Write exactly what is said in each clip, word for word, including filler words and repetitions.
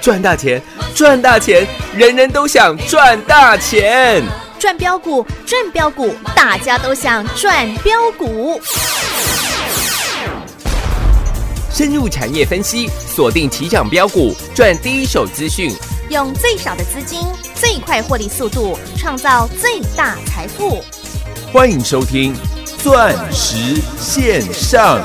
赚大钱，赚大钱，人人都想赚大钱。 赚标股，赚标股，大家都想赚标股。 深入产业分析，锁定起涨标股，赚第一手资讯， 用最少的资金，最快获利速度，创造最大财富。 欢迎收听钻石线上。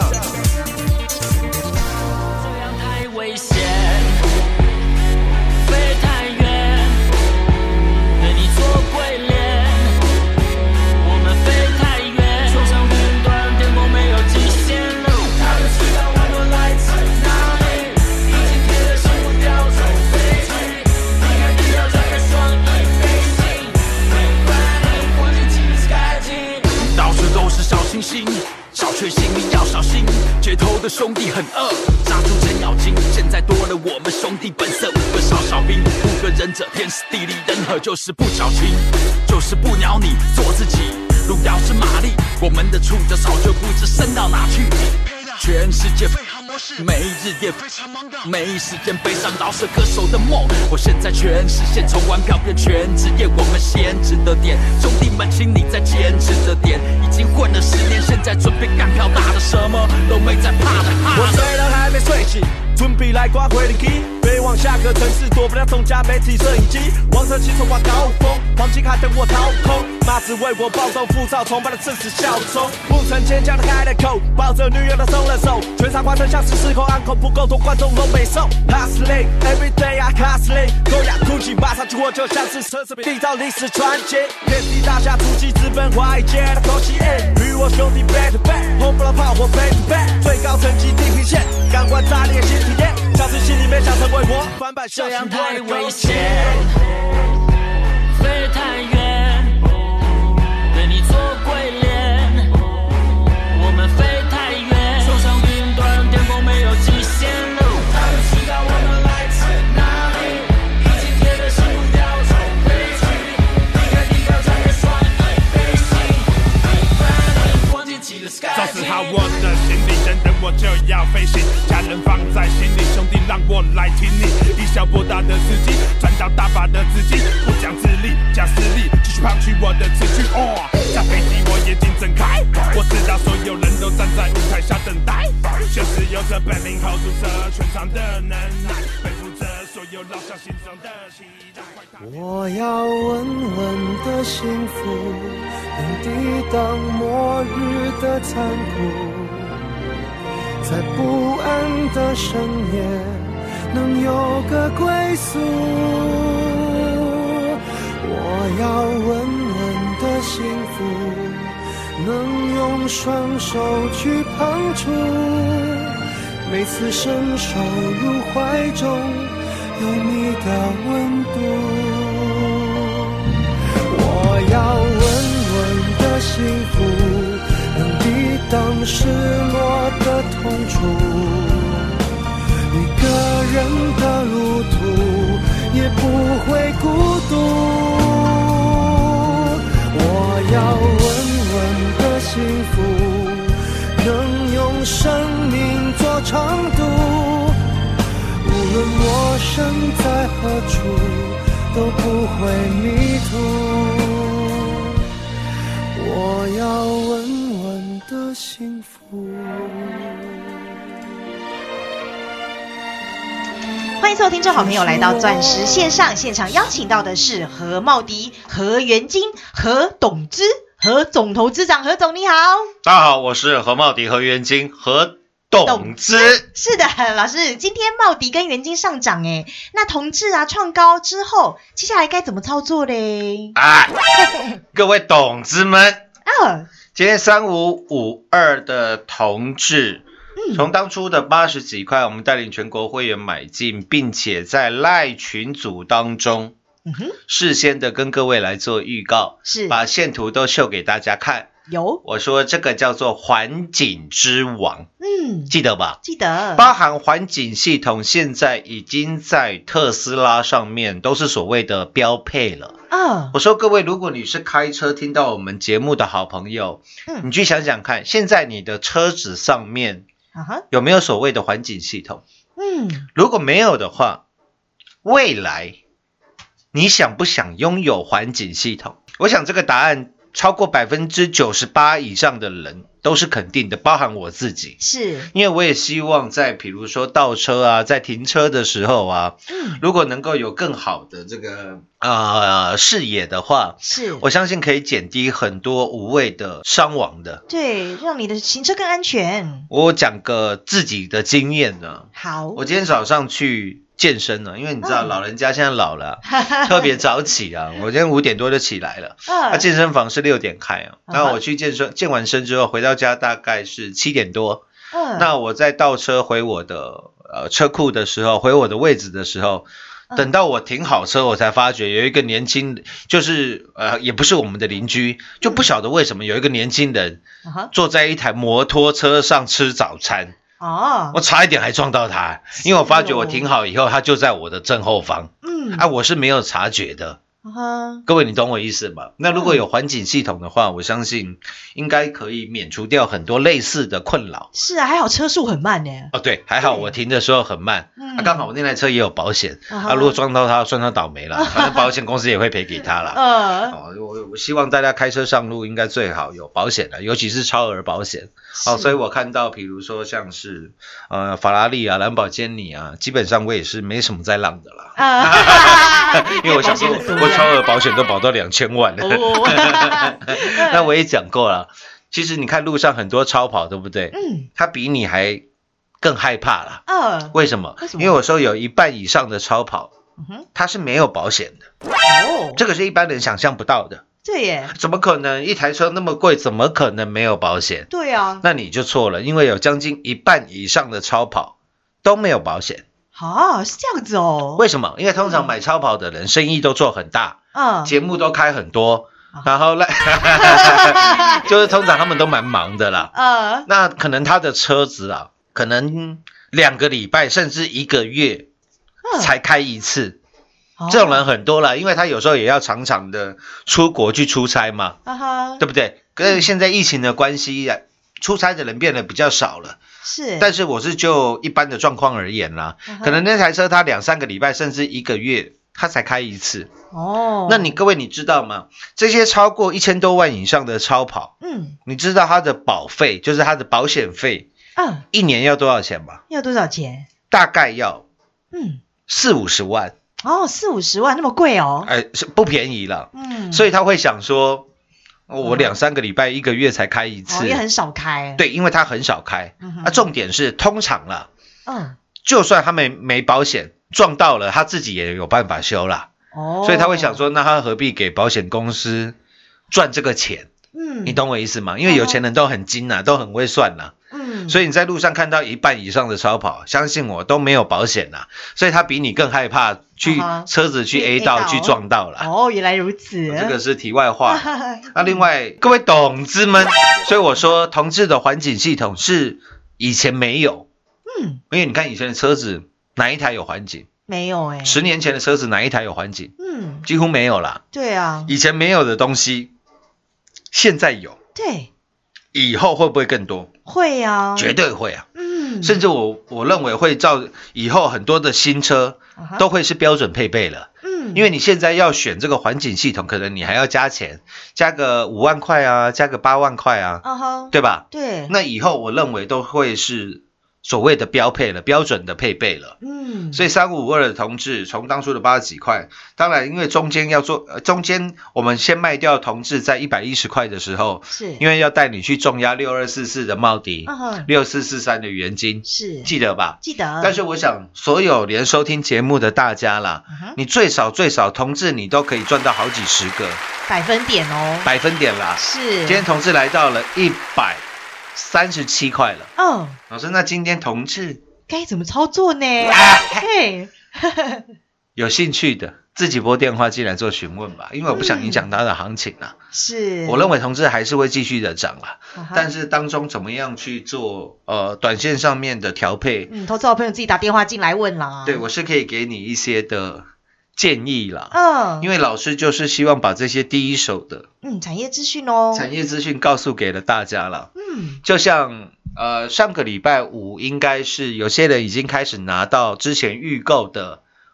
小确幸你要小心，街头的兄弟很饿，杀猪程咬金。现在多了我们兄弟本色，五个少小兵，五个忍者，天时地利人和，就是不矫情，就是不鸟你，做自己。路遥知马力，我们的触角早就不知伸到哪去。全世界没日夜非常忙的，没时间悲伤饶舌歌手的梦。我现在全实现，从玩票变全职业，我们先值得点。兄弟们，请你再坚持着点。已经混了十年，现在准备干票大的，什么都没在怕的。 我虽然还没睡醒，准备来刮回灵机。飞往下个城市，躲不了众家媒体摄影机。王者骑冲挂高峰，黄金卡等我掏空。妈子为我暴动浮躁，崇拜的正是效忠。不曾坚强的开了口，抱着女友的松了手，全场观众像是失控，安可不够多，观众都没送。Hustling every day I hustling， 高雅酷气马上去火，就像是奢侈品，缔造历史传奇。遍地大侠突击，资本华尔街的口气，与我兄弟 back to back， 轰不了炮火 back to back， 最高层级地平线，感官炸裂新体验，像是心里面想成为我，翻版这样太危险， 飞太远，对你做鬼脸，我们飞太远，手上云端，天空没有极限路，他们知道我们来自哪里，已经贴的幸福要从飞去，离开地表穿越双翼飞行，你把你光进起了 sky。 造死好我的心里，等等我就要飞行，家人放在心里，兄弟让我来听你，以小博大的司机，赚到大把的资金，不讲自立，讲实力，继续胖取我的词句。哦，下飞机我眼睛睁开，我知道所有人都站在舞台下等待，现实有着本领 hold 住这全场的能耐，背负着所有老乡心中的期待。 我要稳稳的幸福，能抵挡末日的残酷，在不安的深夜能有个归宿。我要稳稳的幸福，能用双手去碰触，每次伸手入怀中有你的温度。我要稳稳的幸福，能抵挡失落的痛楚，一个人的路途也不会孤独。我要稳稳的幸福，能用生命做长度，无论我身在何处都不会迷途。我要稳稳的幸福。 欢迎所有听众好朋友来到钻石线上现场，邀请到的是何茂迪、何元金、何董之、何总投资长。何总你好。 大家好，我是何茂迪、何元金、何董之。 是的，老师，今天茂迪跟元金上涨诶，那同志啊创高之后，接下来该怎么操作嘞？ 哎，各位董之们， 啊， 今天三五五二的同志。从当初的八十几块，我们带领全国会员买进，并且在赖群组当中，嗯哼，事先的跟各位来做预告， 是把线图都秀给大家看。 有， 我说这个叫做环景之王，嗯，记得吧？ 记得。 包含环景系统，现在已经在特斯拉上面都是所谓的标配了。啊，我说各位，如果你是开车听到我们节目的好朋友，嗯，你去想想看，现在你的车子上面。有没有所谓的环景系统？嗯，如果没有的话， 未来你想不想拥有环景系统？我想这个答案超过百分之九十八以上的人都是肯定的，包含我自己。 是， 因为我也希望在比如说倒车啊，在停车的时候啊，嗯，如果能够有更好的这个呃视野的话， 是， 我相信可以减低很多无谓的伤亡的。 对，让你的行车更安全。 我讲个自己的经验呢。 好， 我今天早上去健身了，因为你知道老人家现在老了，嗯、特别早起啊。我今天五点多就起来了，那、嗯、健身房是六点开啊。那、嗯、我去健身，健完身之后回到家大概是七点多。嗯，那我在倒车回我的呃车库的时候，回我的位置的时候，嗯、等到我停好车，我才发觉有一个年轻，就是呃也不是我们的邻居，就不晓得为什么有一个年轻人、嗯、坐在一台摩托车上吃早餐。哦，我差一点还撞到他，因为我发觉我停好以后，他就在我的正后方。嗯，啊，我是没有察觉的。Uh-huh. 各位，你懂我意思吗？那如果有环景系统的话，嗯、我相信应该可以免除掉很多类似的困扰。 是啊，还好车速很慢呢。哦， 对，还好我停的时候很慢。嗯、啊，刚好我那台车也有保险。Uh-huh. 啊，如果撞到他，算他倒霉了，反正保险公司也会赔给他了。嗯、uh-huh. 哦，我我希望大家开车上路应该最好有保险的，尤其是超额保险。哦，所以我看到，比如说像是呃法拉利啊、兰博基尼啊，基本上我也是没什么在浪的啦。Uh-huh. 因为我想说，我超额保险都保到两千万了。Oh. 那我也讲过了，其实你看路上很多超跑，对不对？嗯，他比你还更害怕了。嗯、uh, ，为什么？为什么？因为我说有一半以上的超跑，嗯、它是没有保险的。哦、oh. ，这个是一般人想象不到的。 对耶， 怎么可能？一台车那么贵，怎么可能没有保险？ 对啊， 那你就错了，因为有将近一半以上的超跑都没有保险。 啊，是这样子哦。 为什么？因为通常买超跑的人生意都做很大，嗯，节目都开很多，嗯、然后呢，就是通常他们都蛮忙的啦。嗯，那可能他的车子啊，可能两个礼拜甚至一个月才开一次。嗯、这种人很多了，因为他有时候也要常常的出国去出差嘛，啊、对不对？可是现在疫情的关系啊，出差的人变得比较少了。是，但是我是就一般的状况而言啦，uh-huh. 可能那台车它两三个礼拜甚至一个月它才开一次。哦，那你各位你知道吗？这些超过一千多万以上的超跑，嗯，你知道它的保费就是它的保险费，嗯，一年要多少钱吗？ 要多少钱？ 大概要嗯四五十万。 哦，四五十万那么贵哦？ 哎，是不便宜了。嗯，所以他会想说。我两三个礼拜一个月才开一次， 哦、也很少开。 对，因为它很少开。嗯、啊，重点是通常啦，嗯，就算他没没保险撞到了，他自己也有办法修啦。哦，所以他会想说，那他何必给保险公司赚这个钱？嗯，你懂我意思吗？因为有钱人都很精啊，都很会算啦。嗯，所以你在路上看到一半以上的超跑，相信我都没有保险啦，所以他比你更害怕去车子去 A 到去撞到啦。 哦，原来如此， 这个是题外话。那另外各位董子们，所以我说同志的环景系统是以前没有，嗯，因为你看以前的车子哪一台有环景？ 没有哎、欸， 十年前的车子哪一台有环景？嗯，几乎没有啦。 对啊， 以前没有的东西，现在有。 对。 以后会不会更多？ 会啊， 绝对会啊。嗯，甚至我我认为会照以后很多的新车都会是标准配备了。嗯，因为你现在要选这个环景系统，可能你还要加钱，加个五万块啊，加个八万块啊，uh huh, 对吧？ 对。 那以后我认为都会是所谓的标配了，标准的配备了。嗯，所以三五五二的同志从当初的八十几块，当然因为中间要做，呃、中间我们先卖掉同志在一百一十块的时候，是因为要带你去重压六二四四的茂迪，六四四三的元金，是记得吧？ 记得。 但是我想所有连收听节目的大家啦，uh-huh, 你最少最少同志你都可以赚到好几十个百分点哦， 百分点啦。 是， 今天同志来到了一百三十七块了。 嗯， 老师，那今天同志该怎么操作呢？嘿， 有兴趣的自己拨电话进来做询问吧，因为我不想影响他的行情啦。 是， 我认为同志还是会继续的涨啦，uh-huh, 但是当中怎么样去做呃短线上面的调配？ 嗯，投资好朋友自己打电话进来问啦。 对，我是可以给你一些的建议啦。嗯，因为老师就是希望把这些第一手的嗯产业资讯哦， 产业资讯告诉给了大家啦。嗯，就像呃上个礼拜五应该是有些人已经开始拿到之前预购的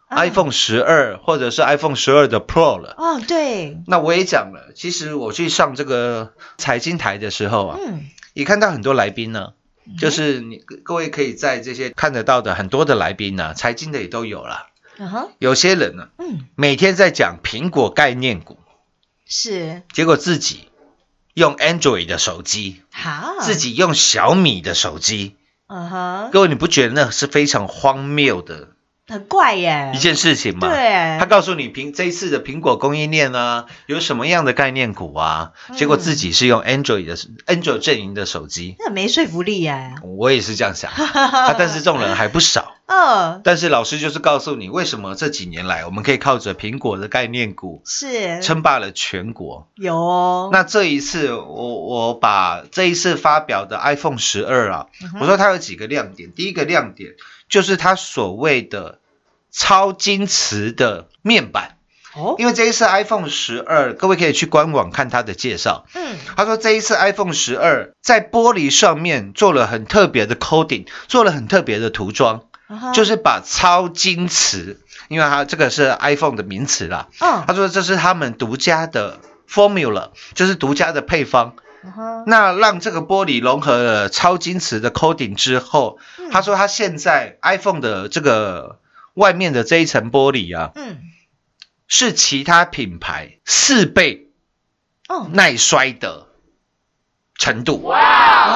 iPhone 十二或者是 iPhone 十二的 Pro 了。 哦，对。 那我也讲了，其实我去上这个财经台的时候啊，嗯，也看到很多来宾呢，嗯、就是你各位可以在这些看得到的很多的来宾呢，财经的也都有啦。Uh-huh. 有些人呢，嗯，每天在讲苹果概念股， 是， 结果自己用 Android 的手机，好，自己用小米的手机，嗯哼，各位你不觉得那是非常荒谬的？ 很怪耶， 一件事情嘛。 对， 他告诉你苹这一次的苹果供应链啊，有什么样的概念股啊，嗯、结果自己是用 Android 的 Android 阵营的手机， 那没说服力耶。 我也是这样想，啊、但是这种人还不少。嗯，但是老师就是告诉你，为什么这几年来我们可以靠着苹果的概念股是称霸了全国。 有哦。 那这一次我我把这一次发表的 iPhone 十二啊、嗯，我说它有几个亮点。第一个亮点就是它所谓的超晶瓷的面板。哦，因为这一次 iPhone 十二，各位可以去官网看它的介绍。嗯，他说这一次 iPhone 十二在玻璃上面做了很特别的 coating， 做了很特别的涂装。Uh-huh. 就是把超晶瓷，因为它这个是 iPhone 的名词啦。Uh-huh. 他说这是他们独家的 formula， 就是独家的配方。Uh-huh. 那让这个玻璃融合了超晶瓷的 coating 之后，嗯、他说他现在 iPhone 的这个外面的这一层玻璃啊，嗯、是其他品牌四倍耐摔的程度。哇、wow. ！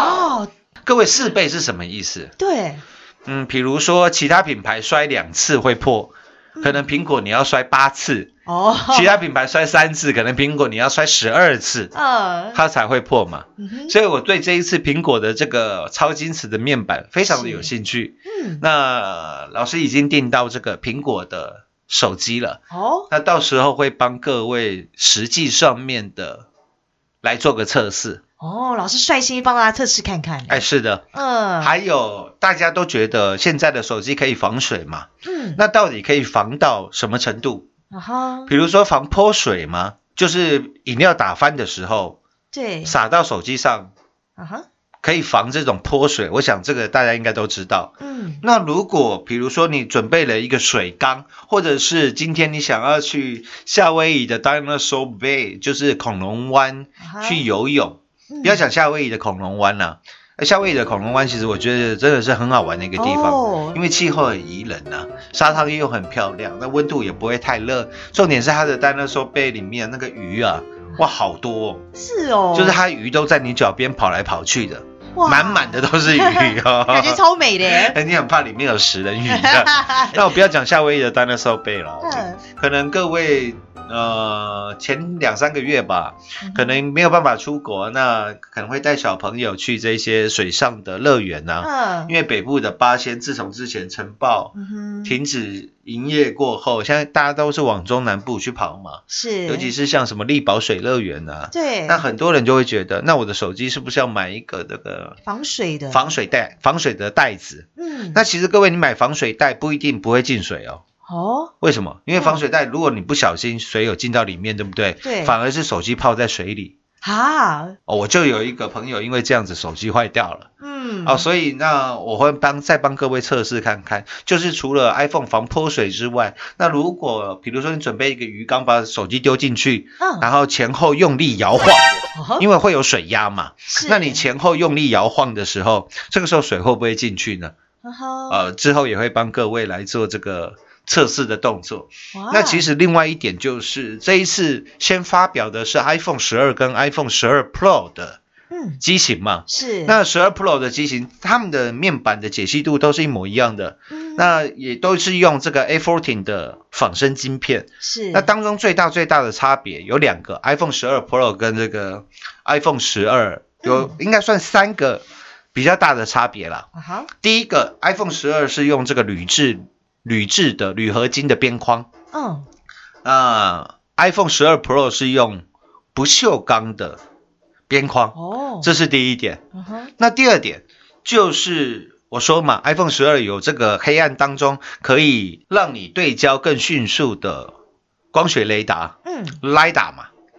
各位四倍是什么意思？ 对。 嗯，比如说其他品牌摔两次会破，可能苹果你要摔八次，哦，其他品牌摔三次，可能苹果你要摔十二次，嗯，它才会破嘛。嗯、所以我对这一次苹果的这个超晶瓷的面板非常的有兴趣。嗯，那老师已经订到这个苹果的手机了，哦，那到时候会帮各位实际上面的来做个测试。 哦，老师率先帮大家测试看看。 哎，是的，嗯，还有大家都觉得现在的手机可以防水嘛？嗯，那到底可以防到什么程度？啊哈，比如说防泼水吗？就是饮料打翻的时候，对，洒到手机上，啊哈，可以防这种泼水。我想这个大家应该都知道。嗯，那如果比如说你准备了一个水缸，或者是今天你想要去夏威夷的 Dinosaur Bay， 就是恐龙湾去游泳。不要讲夏威夷的恐龙湾啦、啊，夏威夷的恐龙湾其实我觉得真的是很好玩的一个地方，哦、因为气候很宜人啊，沙滩又很漂亮，那温度也不会太热。重点是它的 Dinosaur Bay 里面那个鱼啊，哇，好多、哦， 是哦， 就是它鱼都在你脚边跑来跑去的，满满的都是鱼哦， 感觉超美的耶。 你很怕里面有食人鱼的。那我不要讲夏威夷的 Dinosaur Bay 了，嗯、可能各位。呃，前两三个月吧，可能没有办法出国，那可能会带小朋友去这些水上的乐园啊。嗯，因为北部的八仙自从之前晨报停止营业过后，现在大家都是往中南部去跑嘛。是，尤其是像什么力宝水乐园啊。对。那很多人就会觉得，那我的手机是不是要买一个这个防水的防水袋、防水的袋子？嗯。那其实各位，你买防水袋不一定不会进水哦。哦，为什么？因为防水袋，如果你不小心水有进到里面，对不对？对，反而是手机泡在水里。啊，哦，我就有一个朋友，因为这样子手机坏掉了。嗯，哦，所以那我会帮再帮各位测试看看，就是除了 iPhone 防泼水之外，那如果比如说你准备一个鱼缸，把手机丢进去，嗯，然后前后用力摇晃，哦、因为会有水压嘛，那你前后用力摇晃的时候，这个时候水会不会进去呢？哦、呃，之后也会帮各位来做这个测试的动作。那其实另外一点就是这一次先发表的是 iPhone 十二跟 iPhone 十二 Pro 的机型嘛，嗯、是那十二 Pro 的机型，它们的面板的解析度都是一模一样的，嗯、那也都是用这个 A 十四 的仿生晶片。是那当中最大最大的差别有两个 ，iPhone 十二 Pro 跟这个 iPhone 十二有、嗯、应该算三个比较大的差别啦。Uh-huh. 第一个 iPhone 十二是用这个铝制铝制的铝合金的边框，嗯，啊 ，iPhone 十二 Pro 是用不锈钢的边框，哦，这是第一点。Uh-huh. 那第二点就是我说嘛 ，iPhone 十二有这个黑暗当中可以让你对焦更迅速的光学雷达，嗯 ，LiDAR 嘛。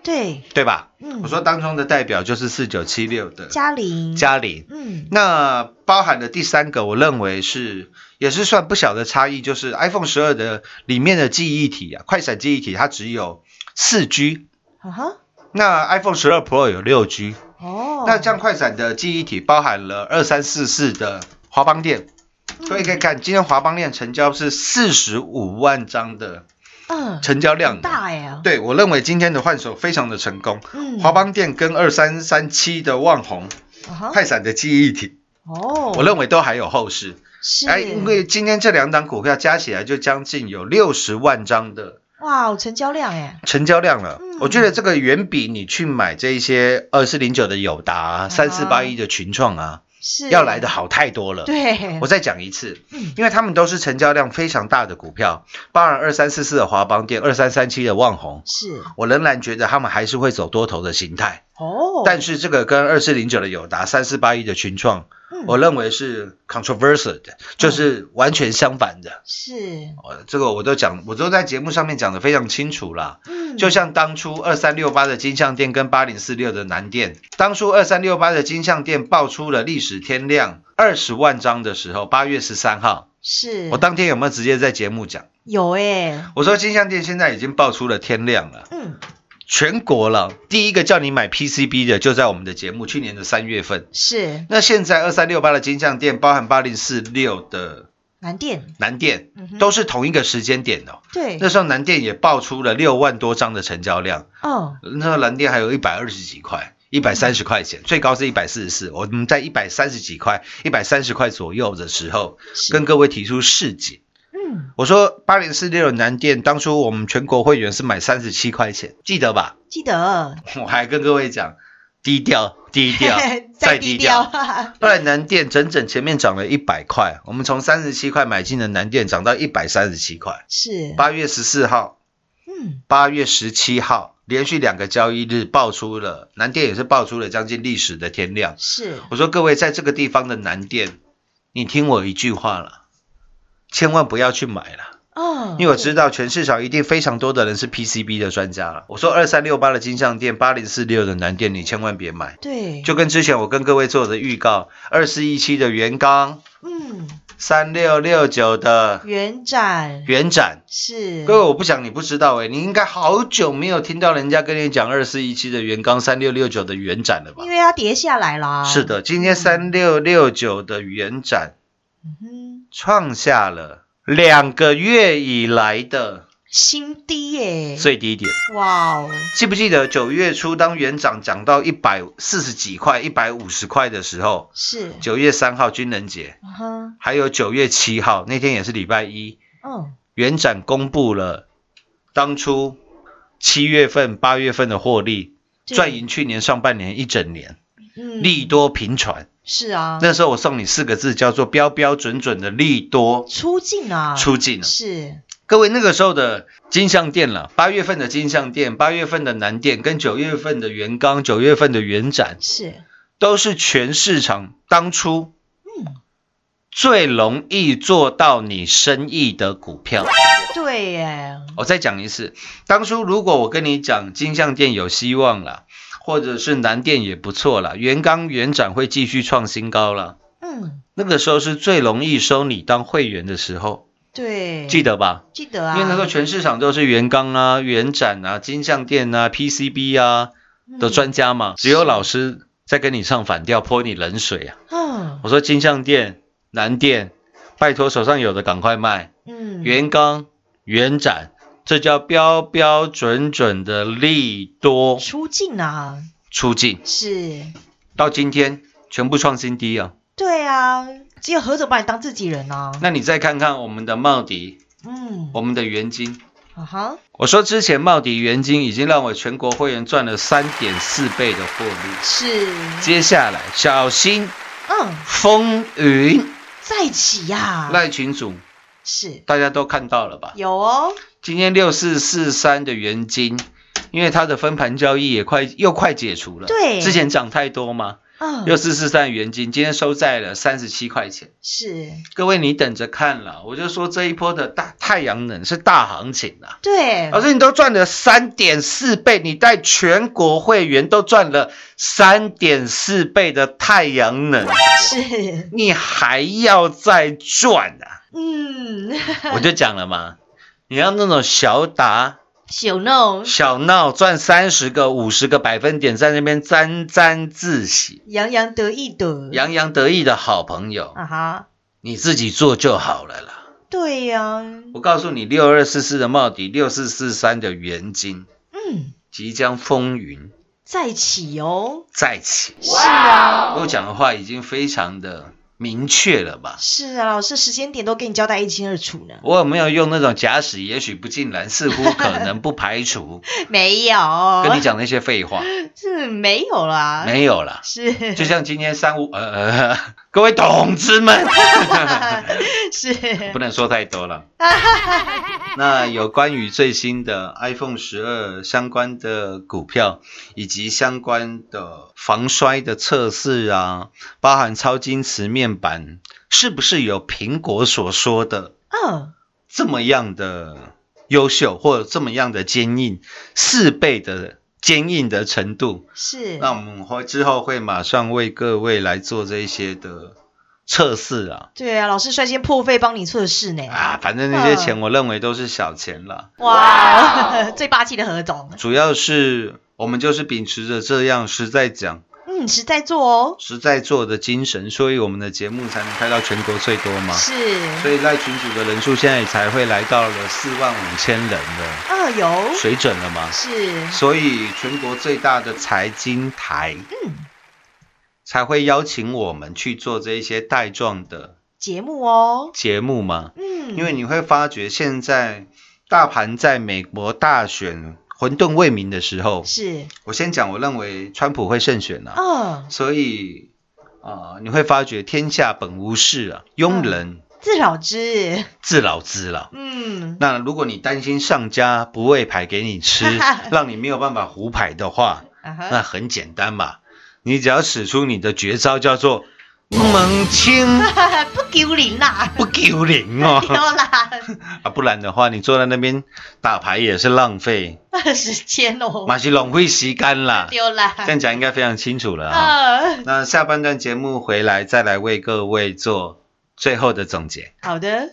对对吧？ 嗯， 我说当中的代表就是四九七六的嘉麟， 嘉麟， 嗯， 那包含的第三个，我认为是也是算不小的差异，就是 iPhone 十二的里面的记忆体啊，快闪记忆体它只有四 G， 啊哈， 那 iPhone 十二 Pro 有六 G， 哦， 那这样快闪的记忆体包含了二三四四的华邦电，各位可以看今天华邦电成交是四十五万张的。 嗯， 成交量大呀， 对，我认为今天的换手非常的成功。嗯，华邦电跟二三三七的旺宏、uh-huh. 快闪的记忆体，哦，我认为都还有后市。 是， 哎，因为今天这两档股票加起来就将近有六十万张的， 哇，成交量哎， 成交量了。嗯、我觉得这个远比你去买这一些二四零九的友达、三四八一的群创啊。是要来的好太多了。 对， 我再讲一次，嗯，因为他们都是成交量非常大的股票，包含二三四四的华邦电、二三三七的旺宏，是我仍然觉得他们还是会走多头的形态。哦，但是这个跟二四零九的友达、三四八一的群创，嗯、我认为是 controversial 的，就是完全相反的。是，哦，这个我都讲，我都在节目上面讲得非常清楚啦。嗯，就像当初二三六八的金像电跟八零四六的南电，当初二三六八的金像电爆出了历史天量二十万张的时候，八月十三号，是我当天有没有直接在节目讲？ 有诶、欸， 我说金像电现在已经爆出了天量了。嗯。全国了，第一个叫你买 P C B 的就在我们的节目，去年的三月份。是。那现在二三六八的金像电，包含八零四六的南电， 南电、嗯、都是同一个时间点的、哦。 对。 那时候南电也爆出了六万多张的成交量。哦。那个南电还有一百二十几块，一百三十块钱，最高是一百四十四。我们在一百三十几块，一百三十块左右的时候，跟各位提出示警。嗯，我说八零四六的南电，当初我们全国会员是买三十七块钱，记得吧？ 记得。 我还跟各位讲，低调，低调，再低调。后来南电整整前面涨了一百块，我们从三十七块买进的南电涨到一百三十七块。是。八月十四号，嗯，八月十七号，连续两个交易日爆出了南电也是爆出了将近历史的天量。是。我说各位在这个地方的南电，你听我一句话了。千万不要去买了，哦，因为我知道全市场一定非常多的人是 P C B 的专家了。我说二三六八的金像电、八零四六的南电，你千万别买。对，就跟之前我跟各位做的预告，二四一七的元刚，嗯，三六六九的元展， 元展是。 各位，我不想你不知道哎、欸，你应该好久没有听到人家跟你讲二四一七的元刚、三六六九的元展了吧？ 因为它跌下来啦。 是的，今天三六六九的元展。嗯哼，创下了两个月以来的新低耶， 最低点。 哇哦！ 记不记得九月初当元涨涨到一百四十几块、一百五十块的时候，是九月三号军人节， uh-huh. 还有九月七号那天也是礼拜一，嗯，元展公布了当初七月份、八月份的获利，赚赢去年上半年一整年，嗯，利多频传。 是啊， 那时候我送你四个字，叫做标标准准的利多出尽啊， 出尽了。 是， 各位那个时候的金像电了，八月份的金像电，八月份的南电，跟九月份的元刚，九月份的元展，是，都是全市场当初嗯最容易做到你生意的股票。 对耶， 我再讲一次，当初如果我跟你讲金像电有希望了。或者是南电也不错啦，元刚元展会继续创新高啦。嗯，那个时候是最容易收你当会员的时候。对，记得吧？ 记得啊。 因为那时候全市场都是元刚啊、元展啊、金像电啊、P C B 啊的专家嘛，嗯、只有老师在跟你唱反调，泼你冷水啊。嗯，我说金像电、南电，拜托手上有的赶快卖。嗯，元刚、元展。这叫标标准准的利多出尽啊， 出尽是到今天全部创新低啊。 对啊，只有何总把你当自己人啊。 那你再看看我们的茂迪，嗯，我们的元晶，啊哈，我说之前茂迪元晶已经让我全国会员赚了 三点四 倍的获利，是。接下来小心，嗯，风云再起呀、啊， 赖群主是大家都看到了吧？ 有哦。 今天六四四三的元晶，因为它的分盘交易也快又快解除了，对，之前涨太多嘛，嗯，六四四三的元晶今天收在了三十七块钱，是，各位你等着看了，我就说这一波的大太阳能是大行情啊。 对， 老师你都赚了 三点四 倍，你带全国会员都赚了 三点四 倍的太阳能， 是你还要再赚啊？ 嗯， 我就讲了嘛，你要那种小打小闹小闹赚三十个五十个百分点，在那边沾沾自喜洋洋得意的洋洋得意的好朋友啊哈， 你自己做就好了啦。 对呀、啊， 我告诉你，六二四四的茂迪，六四四三的元金， 嗯， 即将风云再起哦， 再起。 是啊， 我讲的话已经非常的明确了吧？ 是啊，老师时间点都给你交代一清二楚呢。 我有没有用那种假使也许不尽然，似乎可能不排除？ 没有， 跟你讲那些废话是没有啦， 没有啦。 是， 就像今天三五呃呃，各位董子们， 是不能说太多了。那有关于最新的 iPhone 十二相关的股票，以及相关的防摔的测试啊，包含超晶磁面板，是不是有苹果所说的嗯这么样的优秀，或者这么样的坚硬，四倍的坚硬的程度？ 是， 那我们会之后会马上为各位来做这一些的测试啊。 对啊，老师率先破费帮你测试呢。 啊，反正那些钱我认为都是小钱啦。 哇，最霸气的何总， 主要是我们就是秉持着这样实在讲， 嗯，实在做哦， 实在做的精神，所以我们的节目才能开到全国最多嘛。 是， 所以赖群组的人数现在才会来到了四万五千人的啊，有水准了嘛。 是， 所以全国最大的财经台， 嗯， 才会邀请我们去做这一些带状的节目哦， 节目嘛。 嗯， 因为你会发觉现在大盘在美国大选混沌未明的时候， 是我先讲，我认为川普会胜选啊， 哦， 所以啊、呃，你会发觉天下本无事啊，庸人、 嗯、自扰之， 自扰之了。 嗯， 那如果你担心上家不喂牌给你吃，让你没有办法胡牌的话，那很简单嘛，你只要使出你的绝招，叫做猛清， 不丢脸啦， 不丢脸哦， 丢啦啊，不然的话，你坐在那边打牌也是浪费时间哦， 嘛是浪费时间啦， 丢啦， 这样讲应该非常清楚了啊、呃。那下半段节目回来，再来为各位做最后的总结。 好的。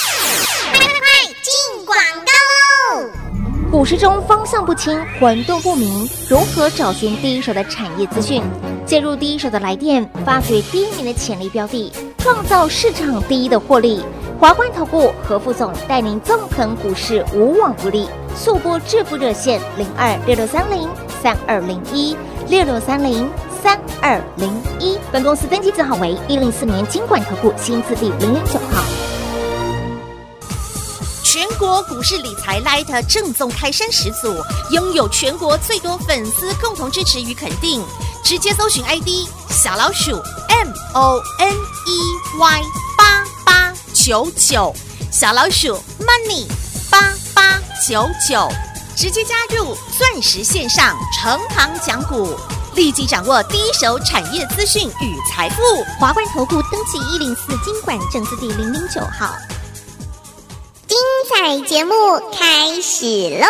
进广告喽！ 股市中方向不清、混沌不明，如何找寻第一手的产业资讯？介入第一手的来电，发掘第一名的潜力标的，创造市场第一的获利。华冠投顾何副总带领纵横股市，无往不利。速播致富热线零二六六三零三二零一六六三零三二零一。本公司登记字号为一零四年金管投顾新字第零零九号。 全国股市理财 Lite 正宗开山始祖，拥有全国最多粉丝共同支持与肯定。直接搜寻 I D 小老鼠 M O N E Y 八八九九，小老鼠 Money 八八九九，直接加入钻石线上成堂讲股，立即掌握第一手产业资讯与财富。 华冠投顾登记一零四金管证字第零零九号。 精彩节目开始喽！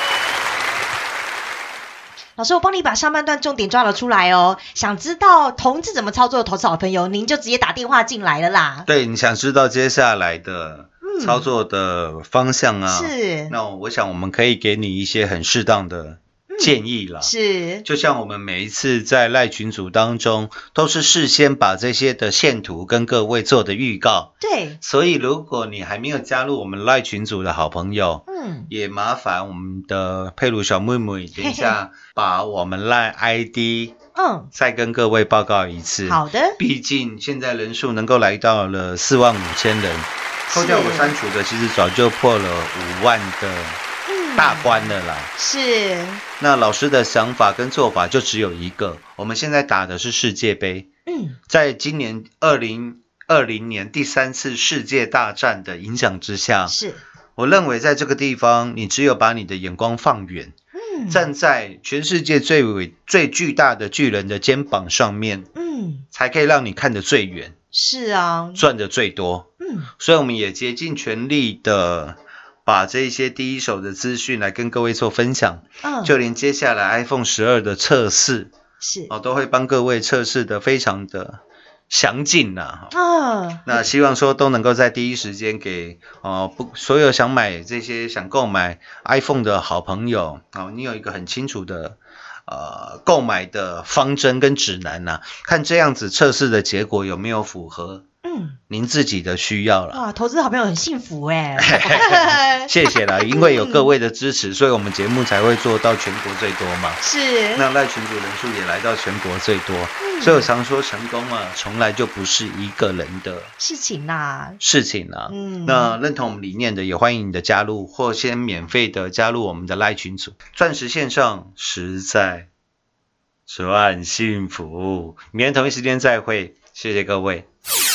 老师，我帮你把上半段重点抓了出来哦。想知道同志怎么操作的投资好朋友，您就直接打电话进来了啦。 对，你想知道接下来的操作的方向啊？ 嗯、是。 那我想我们可以给你一些很适当的建议啦、嗯、 是， 就像我们每一次在赖群组当中，都是事先把这些的线图跟各位做的预告。 对， 所以如果你还没有加入我们赖群组的好朋友，嗯，也麻烦我们的佩鲁小妹妹，等一下把我们赖 I D， 嗯，再跟各位报告一次。 好的， 毕竟现在人数能够来到了四万五千人，扣掉我删除的，其实早就破了五万的。大关了啦， 是。 那老师的想法跟做法就只有一个，我们现在打的是世界杯，嗯，在今年二零二零年第三次世界大战的影响之下， 是我认为在这个地方，你只有把你的眼光放远，嗯，站在全世界最伟最巨大的巨人的肩膀上面，嗯，才可以让你看得最远， 是啊， 赚得最多，嗯，所以我们也竭尽全力的把这些第一手的资讯来跟各位做分享， 嗯， 就连接下来 iPhone 十二的测试是哦，都会帮各位测试的非常的详尽呐、 啊，哦， 那希望说都能够在第一时间给哦不所有想买这些想购买 iPhone 的好朋友哦，你有一个很清楚的呃购买的方针跟指南呐、啊，看这样子测试的结果有没有符合嗯您自己的需要了。 哇，投资好朋友很幸福哎， 谢谢啦，因为有各位的支持，所以我们节目才会做到全国最多嘛。 是， 那赖群组人数也来到全国最多，嗯、所以我常说成功啊，从来就不是一个人的事情啦， 事情啦。嗯，那认同我们理念的，也欢迎你的加入，或先免费的加入我们的赖群组。钻石线上实在赚幸福，明天同一时间再会，谢谢各位。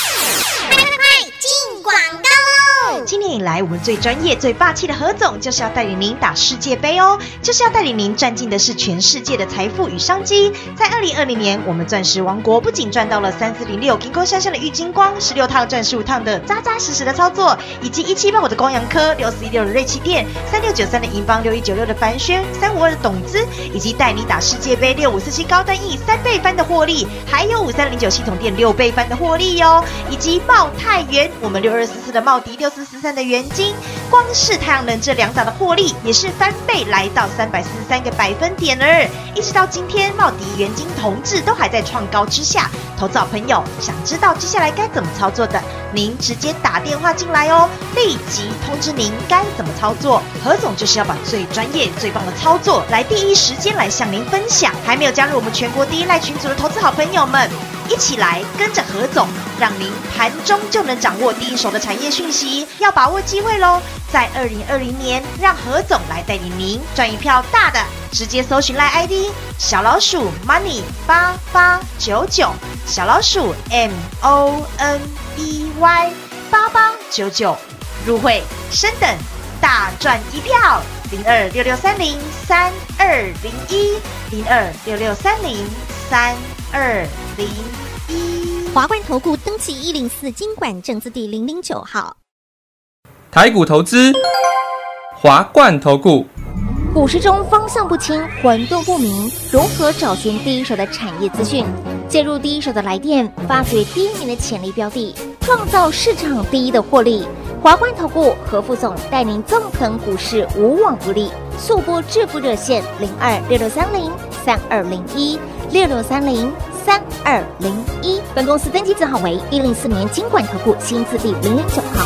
今年以来，我们最专业、最霸气的何总，就是要带领您打世界杯哦，就是要带领您赚进的是全世界的财富与商机。在二零二零年，我们钻石王国不仅赚到了三四零六金光闪闪的郁金光，十六趟赚十五趟的扎扎实实的操作，以及一七八五的光阳科，六四一六的瑞奇电，三六九三的银邦，六一九六的凡轩，三五二的董资，以及带你打世界杯六五四七高单 E 三倍翻的获利，还有五三零九系统店六倍翻的获利哟、哦，以及茂泰元，我们六二四四的茂迪，六四四三的元金，光是太阳能这两档的获利也是翻倍，来到三百四十三个百分点了。一直到今天，茂迪、元金、同致都还在创高之下。投资好朋友想知道接下来该怎么操作的，您直接打电话进来哦，立即通知您该怎么操作。何总就是要把最专业、最棒的操作来第一时间来向您分享。还没有加入我们全国第一赖群组的投资好朋友们，一起来跟着何总，让您盘中就能掌握第一手的产业讯息，要把握机会咯。在二零二零年，让何总来带领您赚一票大的，直接搜寻 LINE I D 小老鼠 money 八八九九，小老鼠 M O N E Y 八八九九，入会升等大赚一票，零二六六三零三二零一零二六六三零三二零一。 华冠投顾登记一零四金管证字第零零九号。 台股投资，华冠投顾。 股市中方向不清、混沌不明，如何找寻第一手的产业资讯？介入第一手的来电，发掘第一名的潜力标的，创造市场第一的获利。华冠投顾何副总带领纵横股市，无往不利。速播致富热线零二六六三零三二零一六六三零三二零一。本公司登记字号为一零四年金管投顾新字第零零九号。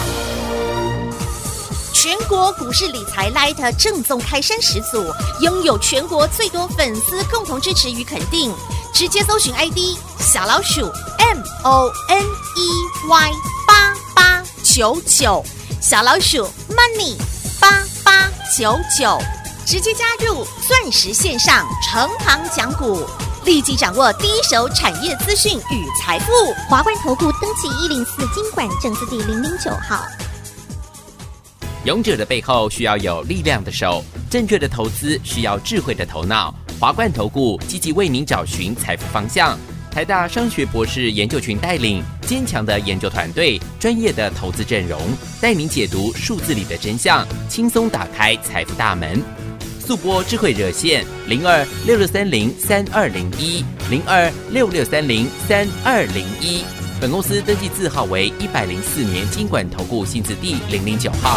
全国股市理财 Lite 正宗开山始祖，拥有全国最多粉丝共同支持与肯定。直接搜寻 I D 小老鼠 M O N E Y 八八九九，小老鼠 Money 八八九九，直接加入钻石线上成行讲股，立即掌握第一手产业资讯与财富。华冠投顾登记一零四金管证字第零零九号。 勇者的背后需要有力量的手，正确的投资需要智慧的头脑。华冠投顾积极为您找寻财富方向。台大商学博士研究群带领，坚强的研究团队，专业的投资阵容，带您解读数字里的真相，轻松打开财富大门。速播智慧热线零二六六三零三二零一零二六六三零三二零一。本公司登记字号为一百零四年金管投顾新字第零零九号。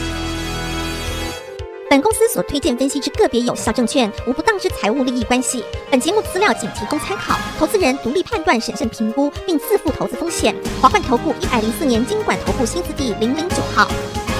本公司所推荐分析之个别有效证券，无不当之财务利益关系。本节目资料仅提供参考，投资人独立判断、审慎评估，并自负投资风险。华冠投顾一百零四年金管投顾新字第零零九号。